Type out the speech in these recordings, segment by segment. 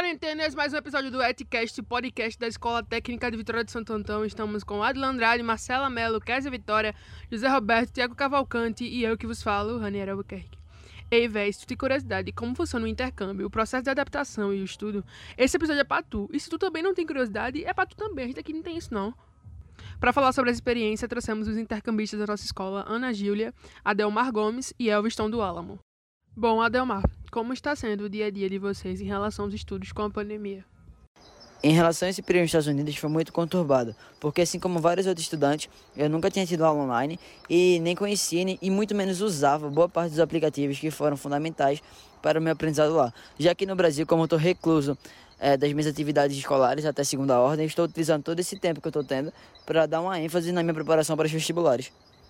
quarentenas, mais um episódio do Etcast, podcast da Escola Técnica de Vitória de Santo Antão. Estamos com Adila Andrade, Marcela Mello, Kézia Vitória, José Roberto, Tiago Cavalcante e eu que vos falo, Raniera Albuquerque. Ei, véi, se tu tem curiosidade de como funciona o intercâmbio, o processo de adaptação e o estudo, esse episódio é pra tu. E se tu também não tem curiosidade, é pra tu também. A gente aqui não tem isso, não. Para falar sobre essa experiência, trouxemos os intercambistas da nossa escola, Ana Júlia, Adelmar Gomes e Elviston do Álamo. Bom, Adelmar, como está sendo o dia a dia de vocês em relação aos estudos com a pandemia? Em relação a esse período nos Estados Unidos, foi muito conturbado, porque assim como vários outros estudantes, eu nunca tinha tido aula online e nem conhecia e muito menos usava boa parte dos aplicativos que foram fundamentais para o meu aprendizado lá. Já que no Brasil, como eu estou recluso das minhas atividades escolares até segunda ordem, estou utilizando todo esse tempo que eu estou tendo para dar uma ênfase na minha preparação para os vestibulares.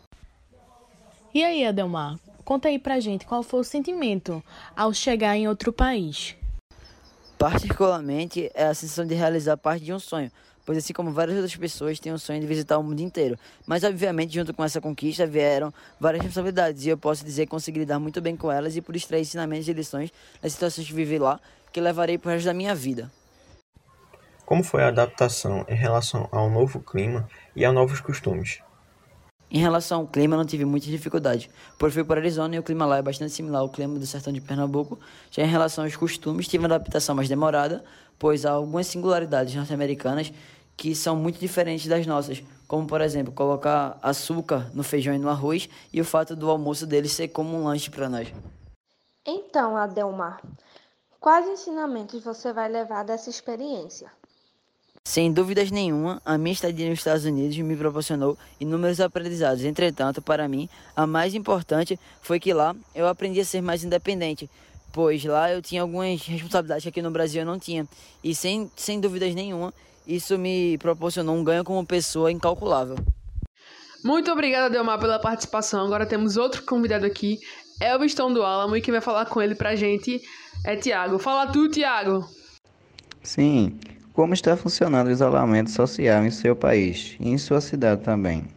E aí, Adelmar, conta aí pra gente qual foi o sentimento ao chegar em outro país. Particularmente, é a sensação de realizar parte de um sonho, pois assim como várias outras pessoas têm o sonho de visitar o mundo inteiro. Mas, obviamente, junto com essa conquista vieram várias responsabilidades, e eu posso dizer que consegui lidar muito bem com elas e por extrair ensinamentos e lições das situações que vivi lá, que levarei pro resto da minha vida. Como foi a adaptação em relação ao novo clima e a novos costumes? Em relação ao clima, não tive muita dificuldade, pois fui para Arizona e o clima lá é bastante similar ao clima do sertão de Pernambuco. Já em relação aos costumes, tive uma adaptação mais demorada, pois há algumas singularidades norte-americanas que são muito diferentes das nossas, como, por exemplo, colocar açúcar no feijão e no arroz e o fato do almoço deles ser como um lanche para nós. Então, Adelmar, quais ensinamentos você vai levar dessa experiência? Sem dúvidas nenhuma, a minha estadia nos Estados Unidos me proporcionou inúmeros aprendizados. Entretanto, para mim, a mais importante foi que lá eu aprendi a ser mais independente, pois lá eu tinha algumas responsabilidades que aqui no Brasil eu não tinha. E sem dúvidas nenhuma, isso me proporcionou um ganho como pessoa incalculável. Muito obrigada, Adelmar, pela participação. Agora temos outro convidado aqui, Elviston do Álamo, e quem vai falar com ele pra gente é Tiago. Fala tu, Tiago! Sim, como está funcionando o isolamento social em seu país e em sua cidade também?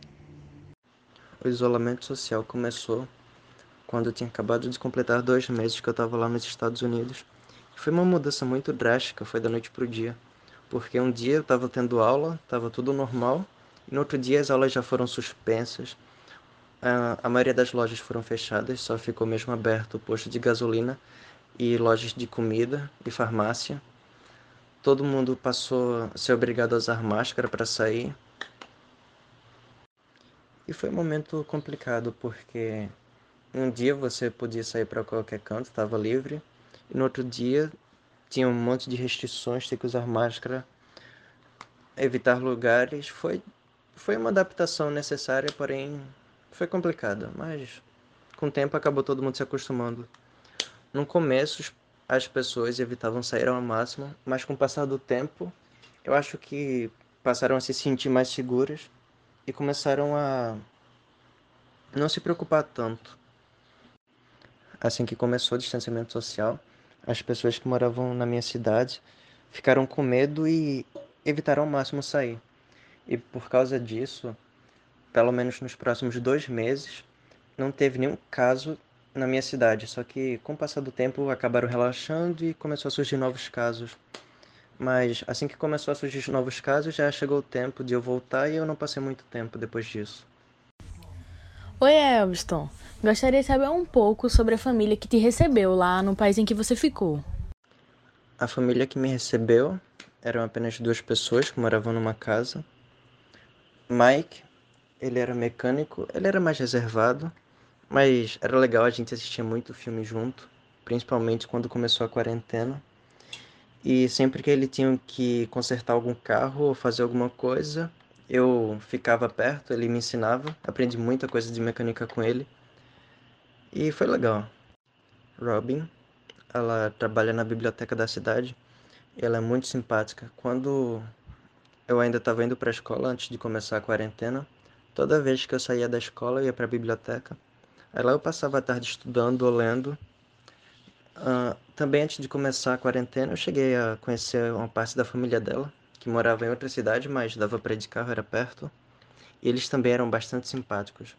O isolamento social começou quando eu tinha acabado de completar 2 meses que eu estava lá nos Estados Unidos. Foi uma mudança muito drástica, foi da noite para o dia. Porque um dia eu estava tendo aula, estava tudo normal, e no outro dia as aulas já foram suspensas. A maioria das lojas foram fechadas, só ficou mesmo aberto o posto de gasolina e lojas de comida e farmácia. Todo mundo passou a ser obrigado a usar máscara para sair. E foi um momento complicado, porque um dia você podia sair para qualquer canto, estava livre, e no outro dia tinha um monte de restrições, ter que usar máscara, evitar lugares. Foi uma adaptação necessária, porém foi complicada, mas com o tempo acabou todo mundo se acostumando. No começo, as pessoas evitavam sair ao máximo, mas com o passar do tempo, eu acho que passaram a se sentir mais seguras e começaram a não se preocupar tanto. Assim que começou o distanciamento social, as pessoas que moravam na minha cidade ficaram com medo e evitaram ao máximo sair. E por causa disso, pelo menos nos próximos 2 meses, não teve nenhum caso na minha cidade. Só que com o passar do tempo acabaram relaxando e começou a surgir novos casos. Mas assim que começou a surgir novos casos, já chegou o tempo de eu voltar e eu não passei muito tempo depois disso. Oi, Elviston. Gostaria de saber um pouco sobre a família que te recebeu lá no país em que você ficou. A família que me recebeu eram apenas 2 pessoas que moravam numa casa. Mike, ele era mecânico, ele era mais reservado, mas era legal, a gente assistia muito filme junto, principalmente quando começou a quarentena. E sempre que ele tinha que consertar algum carro ou fazer alguma coisa, eu ficava perto, ele me ensinava, aprendi muita coisa de mecânica com ele. E foi legal. Robin, ela trabalha na biblioteca da cidade e ela é muito simpática. Quando eu ainda estava indo para a escola antes de começar a quarentena, toda vez que eu saía da escola eu ia para a biblioteca. Aí lá eu passava a tarde estudando ou lendo. Também antes de começar a quarentena eu cheguei a conhecer uma parte da família dela, que morava em outra cidade, mas dava para ir de carro, era perto. E eles também eram bastante simpáticos.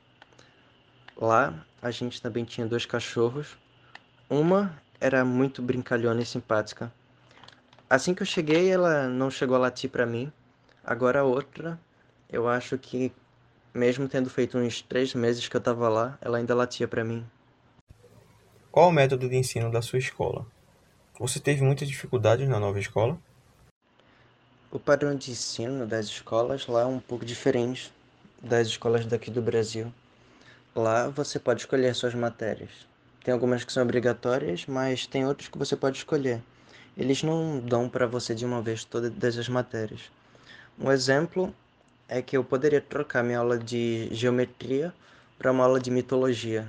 Lá a gente também tinha 2 cachorros. Uma era muito brincalhona e simpática. Assim que eu cheguei, ela não chegou a latir para mim. Agora a outra, eu acho que mesmo tendo feito uns 3 meses que eu estava lá, ela ainda latia para mim. Qual o método de ensino da sua escola? Você teve muitas dificuldades na nova escola? O padrão de ensino das escolas lá é um pouco diferente das escolas daqui do Brasil. Lá você pode escolher suas matérias. Tem algumas que são obrigatórias, mas tem outras que você pode escolher. Eles não dão para você de uma vez todas as matérias. Um exemplo é que eu poderia trocar minha aula de geometria para uma aula de mitologia.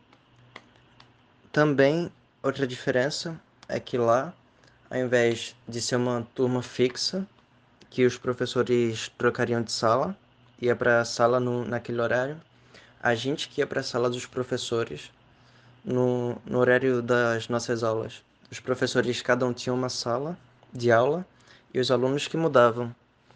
Também, outra diferença é que lá, ao invés de ser uma turma fixa, que os professores trocariam de sala, ia para a sala naquele horário, a gente que ia para a sala dos professores no horário das nossas aulas. Os professores, cada um tinha uma sala de aula e os alunos que mudavam.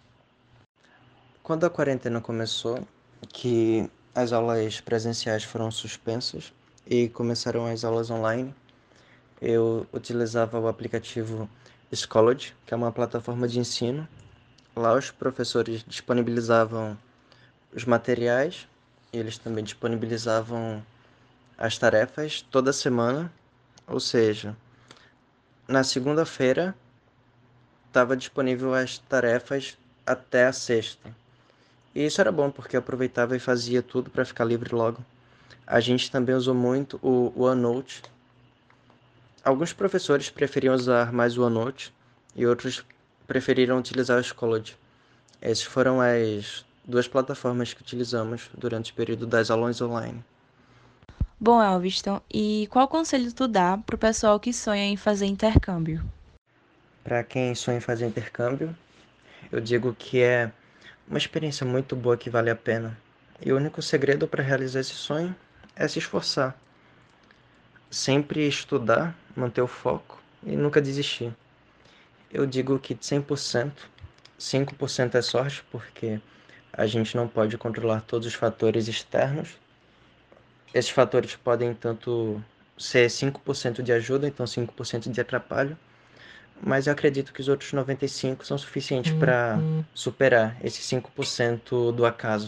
Quando a quarentena começou, que as aulas presenciais foram suspensas e começaram as aulas online, eu utilizava o aplicativo Schoology, que é uma plataforma de ensino. Lá os professores disponibilizavam os materiais e eles também disponibilizavam as tarefas toda semana, ou seja, na segunda-feira estava disponível as tarefas até a sexta. E isso era bom porque eu aproveitava e fazia tudo para ficar livre logo. A gente também usou muito o OneNote. Alguns professores preferiam usar mais o OneNote e outros preferiram utilizar o Schoology. Essas foram as duas plataformas que utilizamos durante o período das aulas online. Bom, Elviston, e qual conselho tu dá pro pessoal que sonha em fazer intercâmbio? Para quem sonha em fazer intercâmbio, eu digo que é uma experiência muito boa que vale a pena. E o único segredo para realizar esse sonho é se esforçar. Sempre estudar, manter o foco e nunca desistir. Eu digo que de 100%, 5% é sorte, porque a gente não pode controlar todos os fatores externos. Esses fatores podem tanto ser 5% de ajuda, então 5% de atrapalho, mas eu acredito que os outros 95% são suficientes para superar esses 5% do acaso.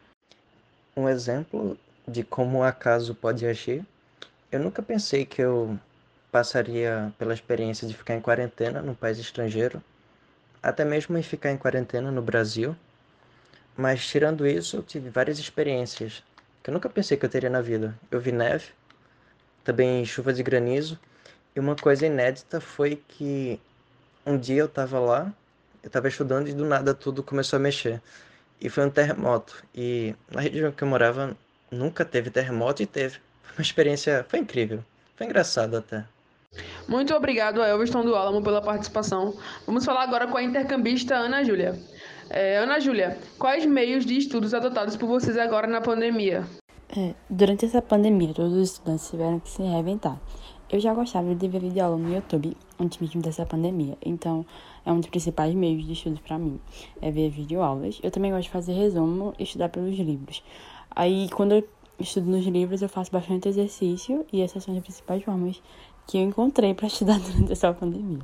Um exemplo de como o acaso pode agir, eu nunca pensei que eu passaria pela experiência de ficar em quarentena num país estrangeiro, até mesmo em ficar em quarentena no Brasil, mas tirando isso, eu tive várias experiências que eu nunca pensei que eu teria na vida. Eu vi neve, também chuva de granizo, e uma coisa inédita foi que um dia eu estava lá, eu estava estudando e do nada tudo começou a mexer. E foi um terremoto. E na região que eu morava nunca teve terremoto e teve. Foi uma experiência, foi incrível. Foi engraçado até. Muito obrigado a Elviston do Álamo pela participação. Vamos falar agora com a intercambista Ana Júlia. Ana Júlia, quais meios de estudos adotados por vocês agora na pandemia? Durante essa pandemia, todos os estudantes tiveram que se reinventar. Eu já gostava de ver videoaula no YouTube antes mesmo dessa pandemia, então é um dos principais meios de estudo para mim, é ver videoaulas. Eu também gosto de fazer resumo e estudar pelos livros. Aí, quando eu estudo nos livros, eu faço bastante exercício e essas são as principais formas que eu encontrei para estudar durante essa pandemia.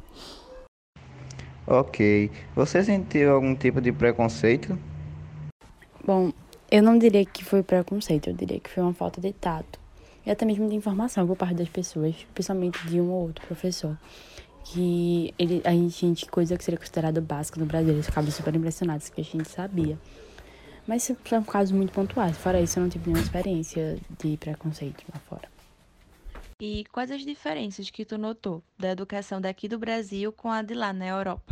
Ok. Você sentiu algum tipo de preconceito? Bom, eu não diria que foi preconceito, eu diria que foi uma falta de tato. E até mesmo de informação por parte das pessoas, principalmente de um ou outro professor. Que a gente, coisa que seria considerada básica no Brasil, eles ficavam super impressionados que a gente sabia. Mas são casos muito pontuais. Fora isso, eu não tive nenhuma experiência de preconceito lá fora. E quais as diferenças que tu notou da educação daqui do Brasil com a de lá na Europa?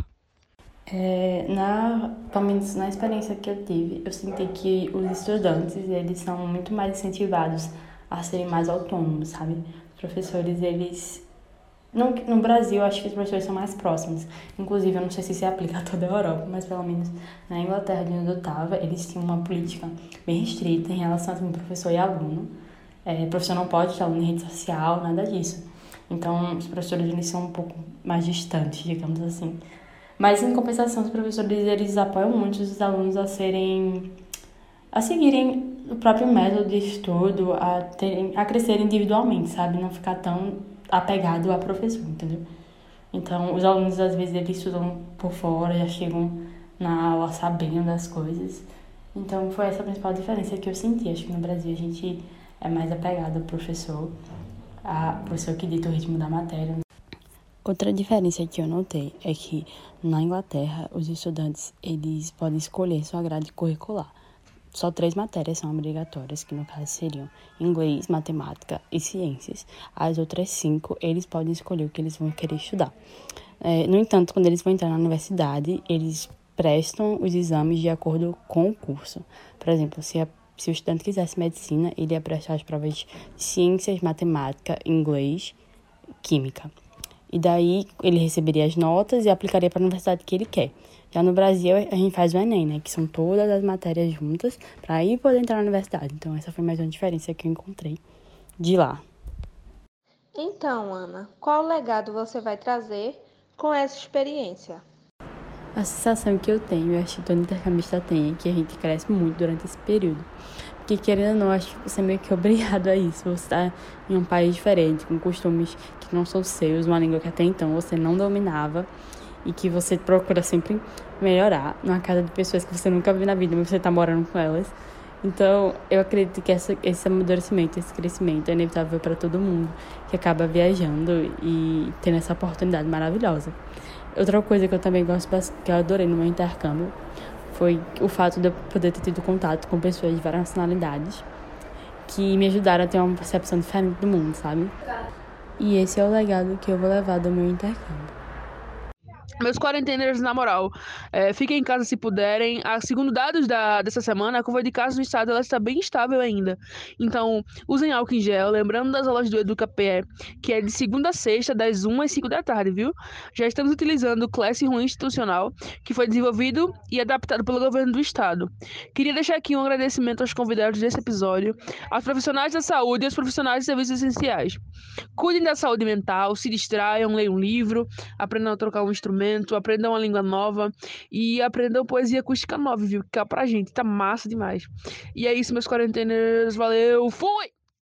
Pelo menos na experiência que eu tive, eu senti que os estudantes, eles são muito mais incentivados a serem mais autônomos, sabe? Os professores, eles... No Brasil, eu acho que os professores são mais próximos. Inclusive, eu não sei se se aplica a toda a Europa, mas pelo menos na Inglaterra, onde eu estava, eles tinham uma política bem restrita em relação a professor e aluno. O professor não pode estar aluno em rede social, nada disso. Então, os professores, eles são um pouco mais distantes, digamos assim. Mas, em compensação, os professores, eles apoiam muito os alunos a seguirem o próprio método de estudo, a crescer individualmente, sabe? Não ficar tão apegado a professor, entendeu? Então, os alunos, às vezes, eles estudam por fora, já chegam na aula sabendo das coisas. Então, foi essa a principal diferença que eu senti. Acho que no Brasil a gente é mais apegado ao professor que dita o ritmo da matéria. Outra diferença que eu notei é que na Inglaterra os estudantes eles podem escolher sua grade curricular. Só 3 matérias são obrigatórias, que no caso seriam inglês, matemática e ciências. As outras 5 eles podem escolher o que eles vão querer estudar. No entanto, quando eles vão entrar na universidade, eles prestam os exames de acordo com o curso. Por exemplo, se o estudante quisesse medicina, ele ia prestar as provas de ciências, matemática, inglês, química. E daí ele receberia as notas e aplicaria para a universidade que ele quer. Já no Brasil, a gente faz o Enem, né? Que são todas as matérias juntas para aí poder entrar na universidade. Então, essa foi mais uma diferença que eu encontrei de lá. Então, Ana, qual legado você vai trazer com essa experiência? A sensação que eu tenho, e acho que todo intercambista tem, é que a gente cresce muito durante esse período. Porque, querendo ou não, acho que você é meio que obrigado a isso. Você está em um país diferente, com costumes que não são seus, uma língua que até então você não dominava e que você procura sempre melhorar numa casa de pessoas que você nunca viu na vida, mas você está morando com elas. Então, eu acredito que esse amadurecimento, esse crescimento é inevitável para todo mundo que acaba viajando e tendo essa oportunidade maravilhosa. Outra coisa que eu também gosto bastante, que eu adorei no meu intercâmbio, foi o fato de eu poder ter tido contato com pessoas de várias nacionalidades que me ajudaram a ter uma percepção diferente do mundo, sabe? E esse é o legado que eu vou levar do meu intercâmbio. Meus quarenteneiros, na moral, fiquem em casa se puderem. Segundo dados dessa semana, a curva de casos no estado ela está bem estável ainda. Então, usem álcool em gel, lembrando das aulas do EducaPE, que é de segunda a sexta, das 1 às 5 da tarde, viu? Já estamos utilizando o Classroom Institucional, que foi desenvolvido e adaptado pelo governo do estado. Queria deixar aqui um agradecimento aos convidados desse episódio, aos profissionais da saúde e aos profissionais de serviços essenciais. Cuidem da saúde mental, se distraiam, leiam um livro, aprendam a trocar um instrumento, aprendam uma língua nova e aprendam poesia acústica nova, viu? Que é pra gente, tá massa demais. E é isso, meus quarenteneiros, valeu, fui!